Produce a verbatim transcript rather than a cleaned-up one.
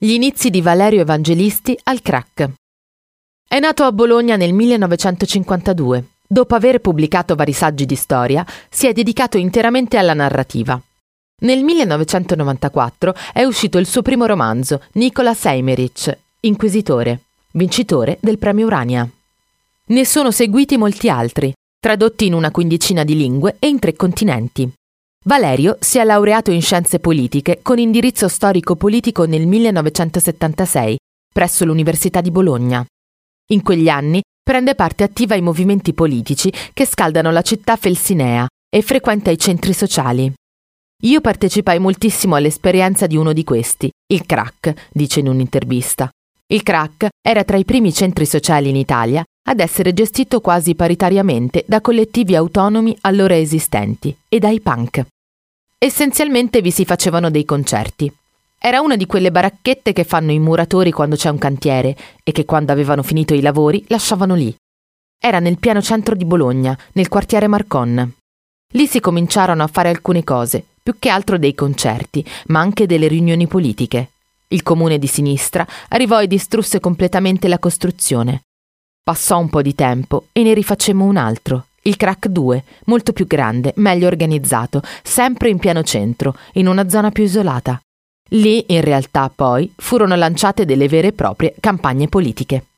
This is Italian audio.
Gli inizi di Valerio Evangelisti al crack. È nato a Bologna nel millenovecentocinquantadue. Dopo aver pubblicato vari saggi di storia, si è dedicato interamente alla narrativa. Nel millenovecentonovantaquattro è uscito il suo primo romanzo, Nicola Seimerich, Inquisitore, vincitore del premio Urania. Ne sono seguiti molti altri, tradotti in una quindicina di lingue e in tre continenti. Valerio si è laureato in scienze politiche con indirizzo storico-politico nel millenovecentosettantasei presso l'Università di Bologna. In quegli anni prende parte attiva ai movimenti politici che scaldano la città felsinea e frequenta i centri sociali. Io partecipai moltissimo all'esperienza di uno di questi, il crack, dice in un'intervista. Il crack era tra i primi centri sociali in Italia ad essere gestito quasi paritariamente da collettivi autonomi allora esistenti e dai punk. Essenzialmente vi si facevano dei concerti. Era una di quelle baracchette che fanno i muratori quando c'è un cantiere e che quando avevano finito i lavori lasciavano lì. Era nel pieno centro di Bologna, nel quartiere Marcon. Lì si cominciarono a fare alcune cose, più che altro dei concerti, ma anche delle riunioni politiche. Il comune di sinistra arrivò e distrusse completamente la costruzione. Passò un po' di tempo e ne rifacemmo un altro, il crack due, molto più grande, meglio organizzato, sempre in pieno centro, in una zona più isolata. Lì, in realtà, poi, furono lanciate delle vere e proprie campagne politiche.